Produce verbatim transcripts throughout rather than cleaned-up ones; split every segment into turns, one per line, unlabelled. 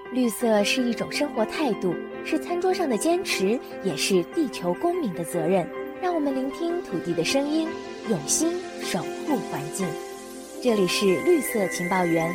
绿色是一种生活态度，是餐桌上的坚持，也是地球公民的责任。让我们聆听土地的声音，用心守护环境。这里是绿色情报员，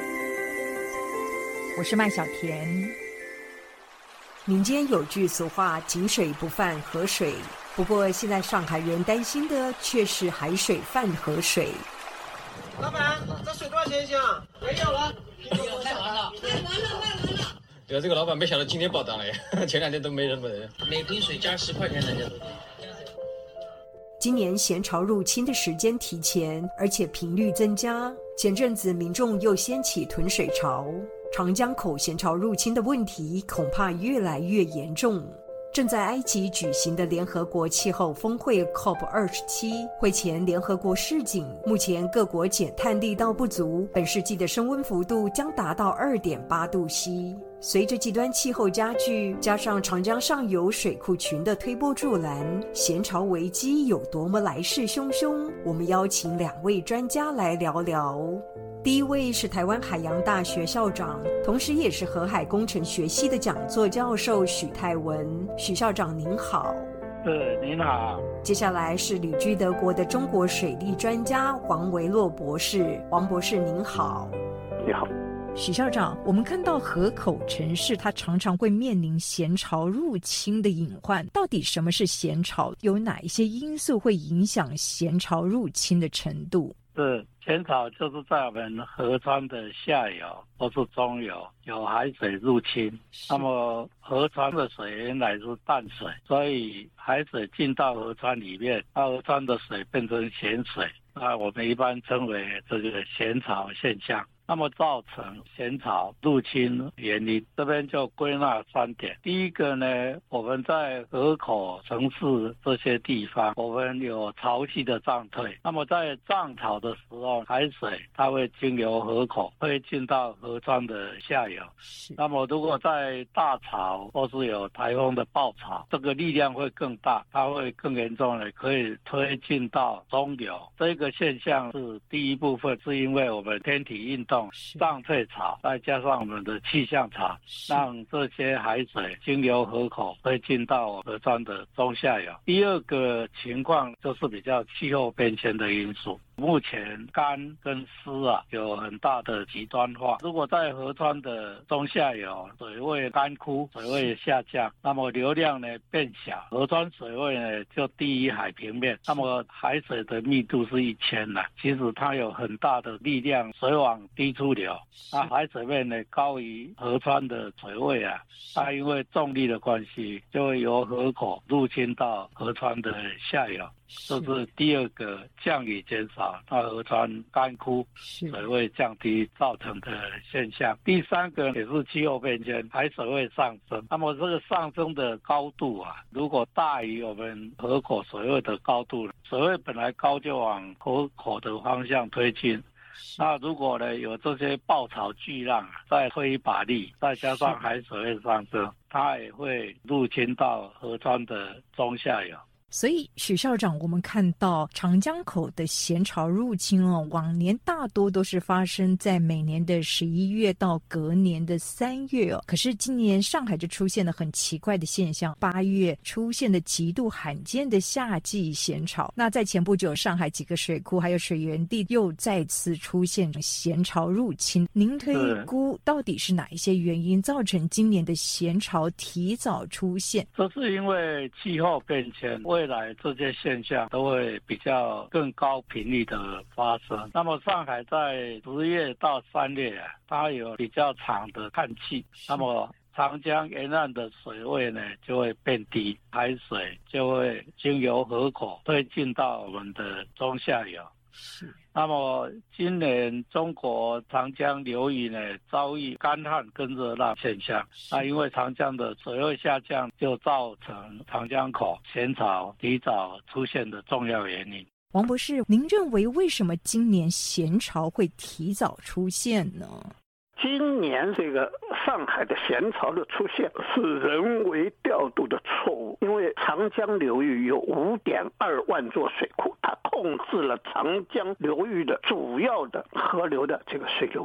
我是麦小甜。民间有句俗话，井水不犯河水。不过现在上海人担心的却是海水犯河水。
老板，这水多少钱一箱？没要完，卖完了，卖完了，卖完了。
对啊，这个老板没想到今天爆单了呀，前两天都没什么人。
每瓶水加十块钱，人家都。
今年咸潮入侵的时间提前，而且频率增加。前阵子民众又掀起囤水潮，长江口咸潮入侵的问题恐怕越来越严重。正在埃及举行的联合国气候峰会 C O P 二十七 会前，联合国示警，目前各国减碳力道不足，本世纪的升温幅度将达到 二点八度 C。随着极端气候加剧，加上长江上游水库群的推波助澜，咸潮危机有多么来势汹汹？我们邀请两位专家来聊聊。第一位是台湾海洋大学校长，同时也是河海工程学系的讲座教授许泰文。许校长您好。
是，您好。
接下来是旅居德国的中国水利专家黄维洛博士。黄博士您好。
你好。
许校长，我们看到河口城市它常常会面临咸潮入侵的隐患，到底什么是咸潮？有哪一些因素会影响咸潮入侵的程度？
是，咸潮就是在我们河川的下游或是中游有海水入侵，那么河川的水原来是淡水，所以海水进到河川里面，那河川的水变成咸水，那我们一般称为这个咸潮现象。那么造成咸潮入侵原因，这边就归纳三点。第一个呢，我们在河口城市这些地方，我们有潮汐的涨退。那么在涨潮的时候，海水它会经由河口，会进到河川的下游。那么如果在大潮或是有台风的暴潮，这个力量会更大，它会更严重的，可以推进到中游。这个现象是第一部分，是因为我们天体运动涨退潮，再加上我们的气象潮，让这些海水经由河口会进到河川的中下游。第二个情况就是比较气候变迁的因素。目前干跟湿啊有很大的极端化，如果在河川的中下游水位干枯，水位下降，那么流量呢变小，河川水位呢就低于海平面，那么海水的密度是一千了，其实它有很大的力量水往低处流，那海水面呢高于河川的水位啊，它因为重力的关系，就会由河口入侵到河川的下游。这是第二个降雨减少，那河川干枯，水位降低造成的现象。第三个也是气候变迁，海水位上升，那么这个上升的高度啊，如果大于我们河口水位的高度，水位本来高就往河口的方向推进。那如果呢有这些暴潮巨浪再推一把力，再加上海水位上升，它也会入侵到河川的中下游。
所以许校长，我们看到长江口的咸潮入侵哦，往年大多都是发生在每年的十一月到隔年的三月哦。可是今年上海就出现了很奇怪的现象，八月出现了极度罕见的夏季咸潮。那在前不久，上海几个水库还有水源地又再次出现咸潮入侵。您推估到底是哪一些原因造成今年的咸潮提早出现？
这是因为气候变迁。未来这些现象都会比较更高频率的发生。那么上海在十月到三月啊，它有比较长的旱季，那么长江沿岸的水位呢就会变低，海水就会经由河口推进到我们的中下游。那么今年中国长江流域呢遭遇干旱跟热浪现象，那因为长江的水位下降，就造成长江口咸潮提早出现的重要原因。
王博士，您认为为什么今年咸潮会提早出现呢？
今年这个上海的咸潮的出现是人为调度的错误，因为长江流域有 五点二万座水库，它控制了长江流域的主要的河流的这个水流量。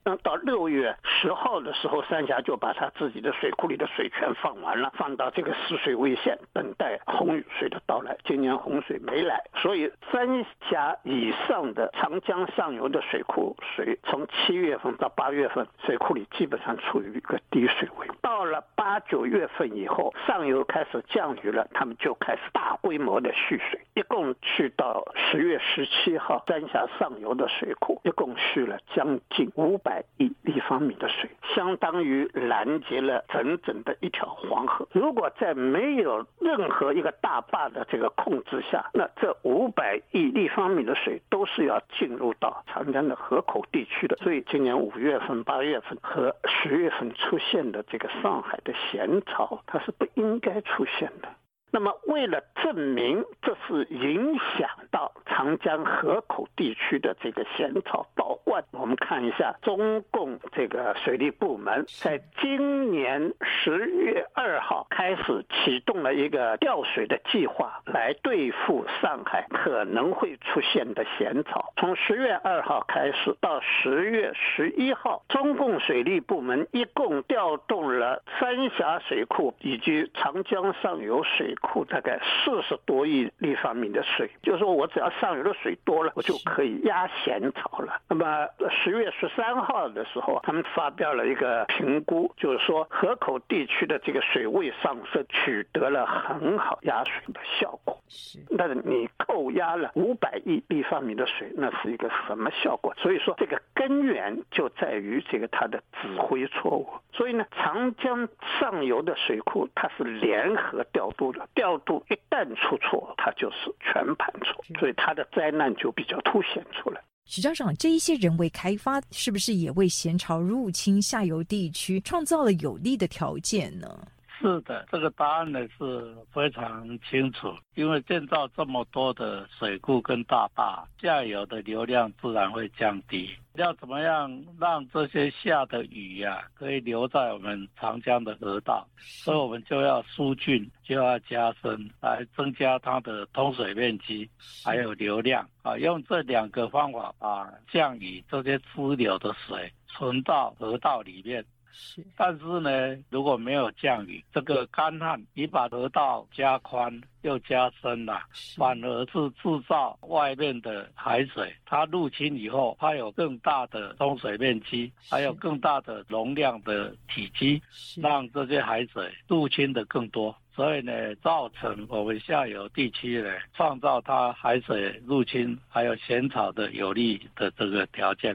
那到六月十号的时候，三峡就把它自己的水库里的水全放完了，放到这个死水位线，等待洪雨水的到来。今年洪水没来，所以三峡以上的长江上游的水库水，从七月份到八月份，水库里基本上处于一个低水位。到了八九月份以后，上游开始降雨了，他们就开始大规模的蓄水，一共去到十月十七号，三峡上游的水库一共蓄了将近五百亿立方米的水，相当于拦截了整整的一条黄河。如果在没有任何一个大坝的这个控制下，那这五百亿立方米的水都是要进入到长江的河口地区的。所以今年五月份、八月份和十月份出现的这个上海的咸潮，它是不应该出现的。那么为了证明这是影响到长江河口地区的这个咸潮倒灌，我们看一下中共这个水利部门在今年十月二号开始启动了一个调水的计划，来对付上海可能会出现的咸潮。从十月二号开始到十月十一号，中共水利部门一共调动了三峡水库以及长江上游水库大概四十多亿立方米的水，就是说我只要上游的水多了，我就可以压咸潮了。那么十月十三号的时候，他们发表了一个评估，就是说河口地区的这个水位上升取得了很好压水的效果。但是你扣压了五百亿立方米的水，那是一个什么效果？所以说这个根源就在于这个它的指挥错误。所以呢，长江上游的水库它是联合调度的，调度一旦出错，它就是全盘错，所以它的灾难就比较凸显出来。
许校长，这一些人为开发是不是也为咸潮入侵下游地区创造了有利的条件呢？
是的，这个答案呢是非常清楚，因为建造这么多的水库跟大坝，下游的流量自然会降低。要怎么样让这些下的雨啊可以留在我们长江的河道，所以我们就要疏浚，就要加深，来增加它的通水面积还有流量啊，用这两个方法把降雨这些支流的水存到河道里面。是，但是呢，如果没有降雨，这个干旱你把河道加宽又加深了，反而是制造外面的海水，它入侵以后，它有更大的通水面积，还有更大的容量的体积，让这些海水入侵的更多。所以呢，造成我们下游地区呢，创造它海水入侵还有咸潮的有利的这个条件。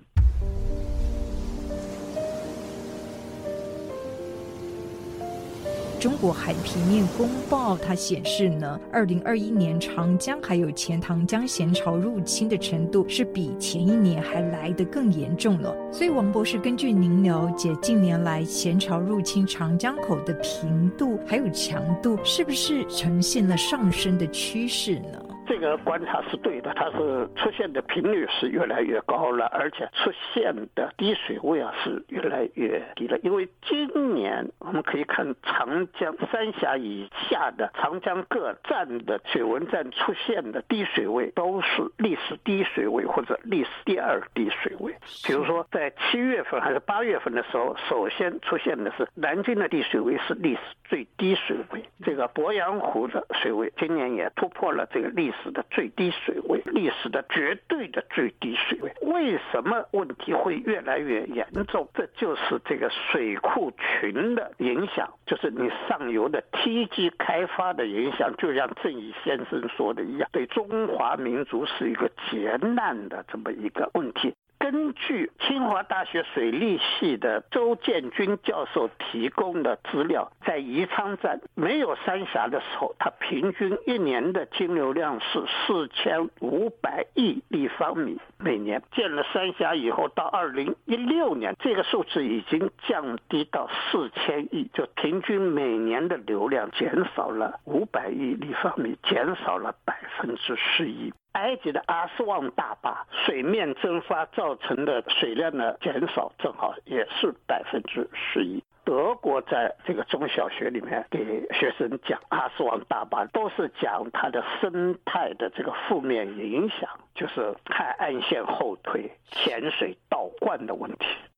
中国海平面公报它显示呢，二零二一年长江还有钱塘江咸潮入侵的程度是比前一年还来得更严重了。所以王博士，根据您了解，近年来咸潮入侵长江口的频度还有强度，是不是呈现了上升的趋势呢？
这个观察是对的，它是出现的频率是越来越高了，而且出现的低水位啊是越来越低了。因为今年我们可以看长江三峡以下的长江各站的水文站出现的低水位都是历史低水位或者历史第二低水位。比如说在七月份还是八月份的时候，首先出现的是南京的低水位是历史最低水位，这个鄱阳湖的水位今年也突破了这个历史的最低水位，历史的绝对的最低水位。为什么问题会越来越严重？这就是这个水库群的影响，就是你上游的梯级开发的影响。就像郑义先生说的一样，对中华民族是一个劫难的这么一个问题。根据清华大学水利系的周建军教授提供的资料，在宜昌站没有三峡的时候，它平均一年的金流量是四千五百亿立方米每年。建了三峡以后，到二零一六年，这个数字已经降低到四千亿，就平均每年的流量减少了五百亿立方米，减少了百分之十一。埃及的阿斯旺大坝水面蒸发造成的水量的减少，正好也是百分之十一。德国在这个中小学里面给学生讲阿斯旺大坝，都是讲它的生态的这个负面影响，就是海岸线后退、潜水倒灌的问题。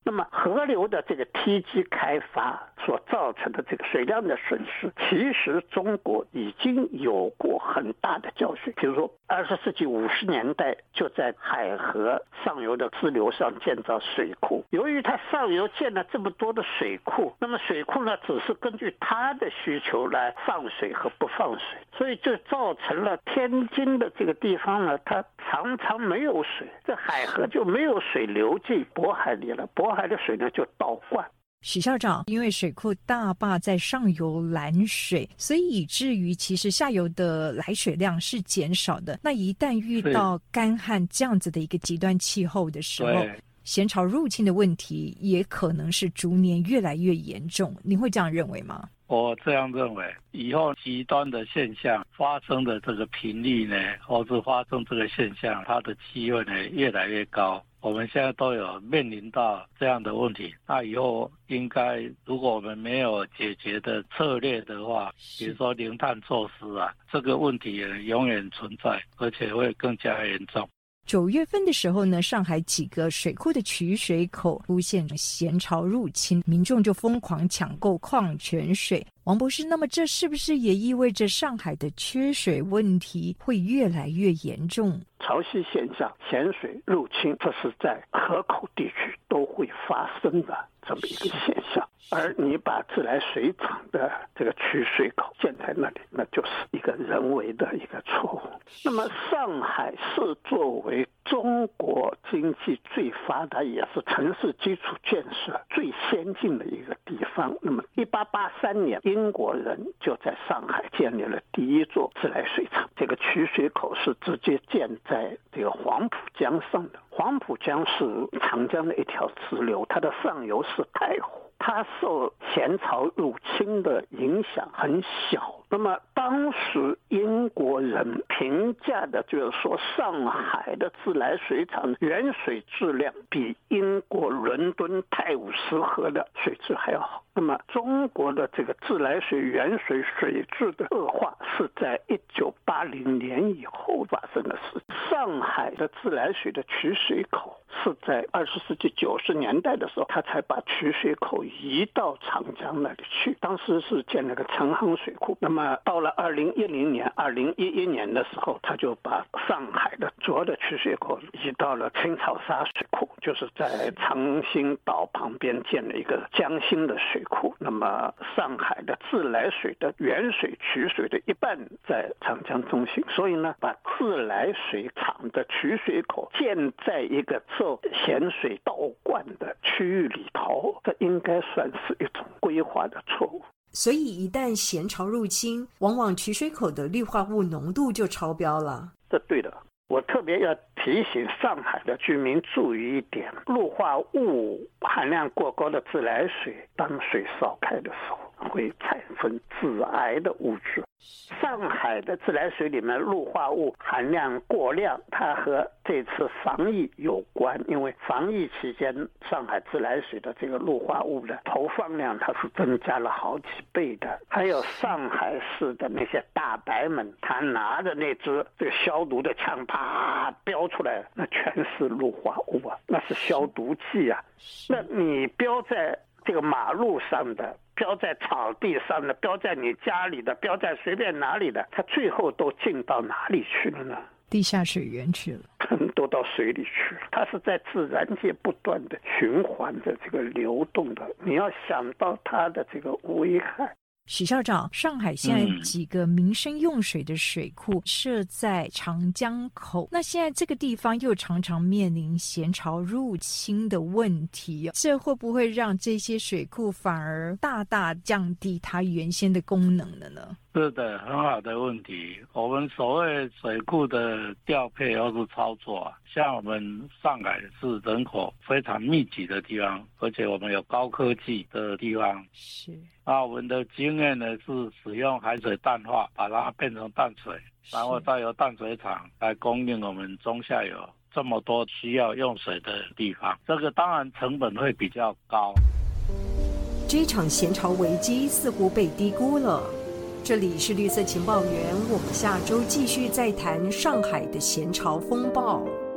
那么河流的这个梯级开发所造成的这个水量的损失，其实中国已经有过很大的教训。比如说二十世纪五十年代就在海河上游的支流上建造水库，由于它上游建了这么多的水库，那么水库呢只是根据它的需求来放水和不放水，所以就造成了天津的这个地方呢，它常常没有水，这海河就没有水流进渤海里了，渤海的水呢就倒灌。
许校长，因为水库大坝在上游拦水，所以以至于其实下游的来水量是减少的。那一旦遇到干旱这样子的一个极端气候的时候，咸潮入侵的问题也可能是逐年越来越严重。您会这样认为吗？
我这样认为，以后极端的现象发生的这个频率呢，或是发生这个现象，它的机会呢越来越高。我们现在都有面临到这样的问题，那以后应该如果我们没有解决的策略的话，比如说零碳措施啊，这个问题也永远存在，而且会更加严重。
九月份的时候呢，上海几个水库的取水口出现咸潮入侵，民众就疯狂抢购矿泉水。王博士，那么这是不是也意味着上海的缺水问题会越来越严重？
潮汐现象、咸水入侵，这是在河口地区都会发生的这么一个现象。而你把自来水厂的这个取水口建在那里，那就是一个人为的一个错误。那么上海市作为中国经济最发达，也是城市基础建设最先进的一个地方。那么一八八三年，英国人就在上海建立了第一座自来水厂，这个取水口是直接建在这个黄浦江上的。黄浦江是长江的一条支流，它的上游是太湖，它受咸潮入侵的影响很小。那么当时英国人评价的就是说，上海的自来水厂原水质量比英国伦敦泰晤士河的水质还要好。那么中国的这个自来水原水水质的恶化是在一九八零年以后发生的事。上海的自来水的取水口是在二十世纪九十年代的时候，他才把取水口移到长江那里去，当时是建了个城杭水库。那么到了二零一零年、二零一一年的时候，他就把上海的主要的取水口移到了青草沙水库，就是在长兴岛旁边建了一个江心的水库。那么上海的自来水的原水取水的一半在长江中心，所以呢，把自来水厂的取水口建在一个受咸水倒灌的区域里头，这应该算是一种规划的错误。
所以一旦咸潮入侵，往往取水口的氯化物浓度就超标了。
这对的。我特别要提醒上海的居民注意一点，氯化物含量过高的自来水，当水烧开的时候会产生致癌的物质。上海的自来水里面氯化物含量过量，它和这次防疫有关，因为防疫期间上海自来水的这个氯化物的投放量它是增加了好几倍的。还有上海市的那些大白们，他拿着那支这个消毒的枪啪标出来，那全是氯化物啊，那是消毒剂啊。那你标在这个马路上的，标在草地上的，标在你家里的，标在随便哪里的，它最后都进到哪里去了呢？
地下水源去了，
都到水里去了。它是在自然界不断的循环的这个流动的，你要想到它的这个危害。
许校长，上海现在几个民生用水的水库设在长江口，那现在这个地方又常常面临咸潮入侵的问题，这会不会让这些水库反而大大降低它原先的功能了呢？
是的，很好的问题。我们所谓水库的调配或是操作啊，像我们上海是人口非常密集的地方，而且我们有高科技的地方。
是。
那我们的经验呢是使用海水淡化，把它变成淡水，然后再由淡水厂来供应我们中下游这么多需要用水的地方。这个当然成本会比较高。
这场咸潮危机似乎被低估了。这里是绿色情报员，我们下周继续再谈上海的咸潮风暴。